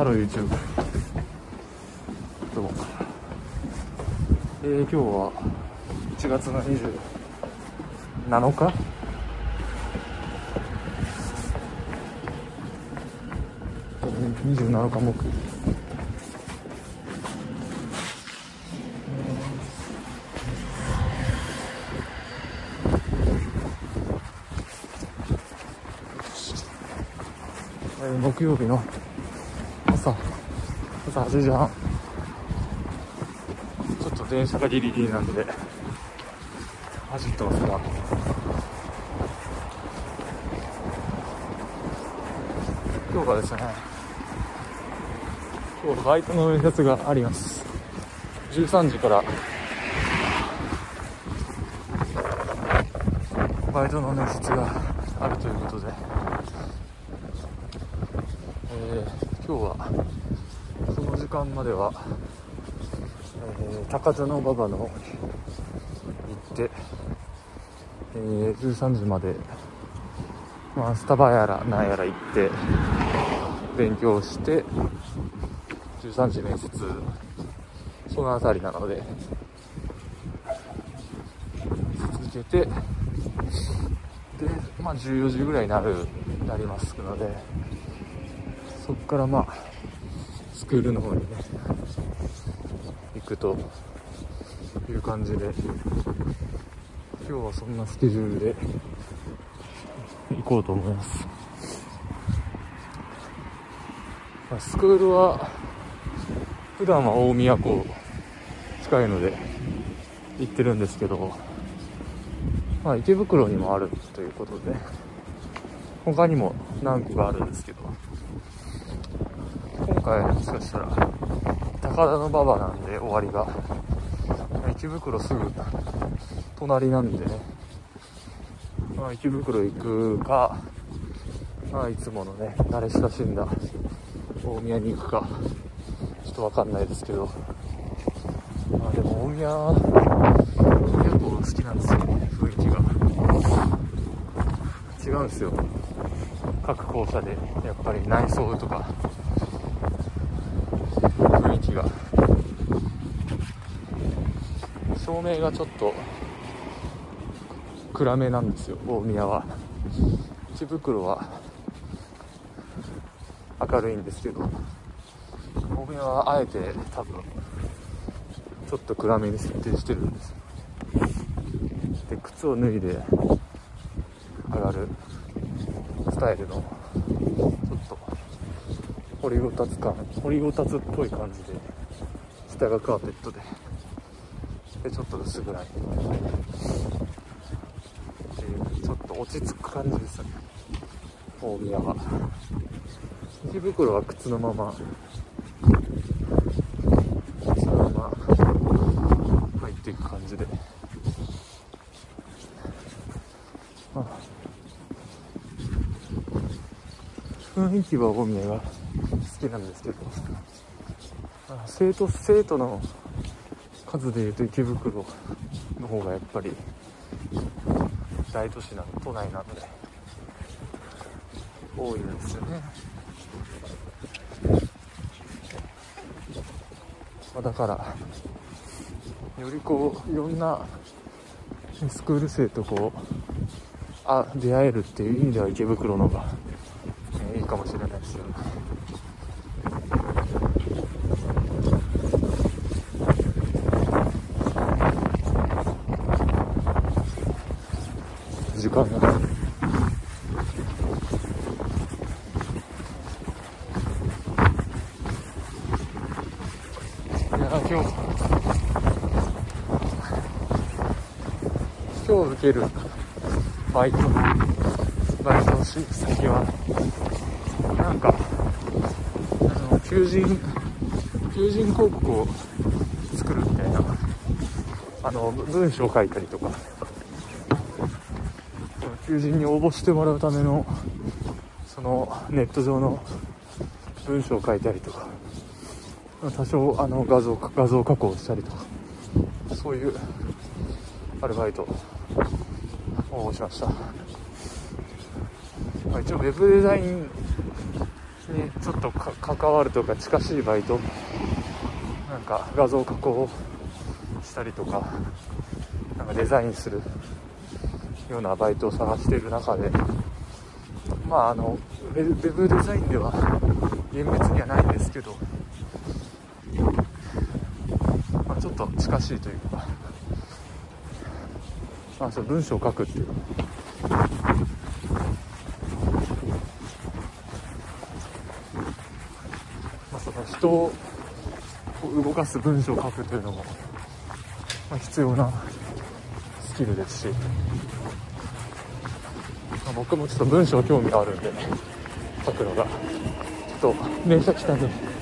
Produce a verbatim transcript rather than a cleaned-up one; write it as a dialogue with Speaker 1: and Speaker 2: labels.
Speaker 1: ロー YouTube。どうも。えー、今日はいちがつのにじゅうなのかにじゅうなのか木曜日。木曜日の朝朝はちじはん、ちょっと電車がギリギリなんで走ってますが、今日がですね、今日バイトの面接があります。じゅうさんじからバイトの面接があるということで、えー、今日はその時間までは、えー、高田馬場の方に行って、えー、じゅうさんじまで、まあ、スタバやらなんやら行って勉強してじゅうさんじ面接、そのあたりなので続けて、で、まあ、じゅうよじぐらいになるなりますので、そこからまあスクールの方にね行くという感じで、今日はそんなスケジュールで行こうと思います。まあ、スクールは普段は大宮港近いので行ってるんですけど、まあ、池袋にもあるということで、他にも何個かあるんですけど、今回もしかしたら高田馬場なんで終わりが池袋すぐ隣なんでね、まあ、池袋行くか、まあ、いつものね慣れ親しんだ大宮に行くかちょっとわかんないですけど、まあ、でも大宮大宮港好きなんですよね。雰囲気が違うんですよ。各校舎でやっぱり内装とか雰囲気が、照明がちょっと暗めなんですよ大宮は。池袋は明るいんですけど、大宮はあえて多分ちょっと暗めに設定してるんですよ。で、靴を脱いで上がるスタイルのちょっと掘りごたつ感掘りごたつっぽい感じで、下がカーペットででちょっと薄暗いっていう、ちょっと落ち着く感じですね大宮は。池袋は靴のまま靴のまま入っていく感じで、まあ、雰囲気は大宮が好きなんですけど、まあ、生徒生徒の数でいうと池袋の方がやっぱり大都市な都内なので多いんですよね。まあ、だからよりこういろんなスクール生とこうあ出会えるっていう意味では池袋の方が、えー、いいかもしれないですよね。時間がいや今日今日受けるバイトバイトの先はなんかあの求人求人広告を作るみたいな、あの文章を書いたりとか、求人に応募してもらうためのそのネット上の文章を書いたりとか、多少あの画像画像加工したりとか、そういうアルバイト応募しました。まあ、一応ウェブデザインにちょっとか関わるとか近しいバイト、なんか画像加工したりとか、なんかデザインするようなバイトを探している中で、まああのウェブデザインでは厳密にはないんですけど、まあ、ちょっと近しいというか、まあ、その文章を書くっていう、まあ、その人を動かす文章を書くというのも、まあ、必要なスキルですし、まあ、僕もちょっと文章興味があるんで、書くのがちょっと電車来たんで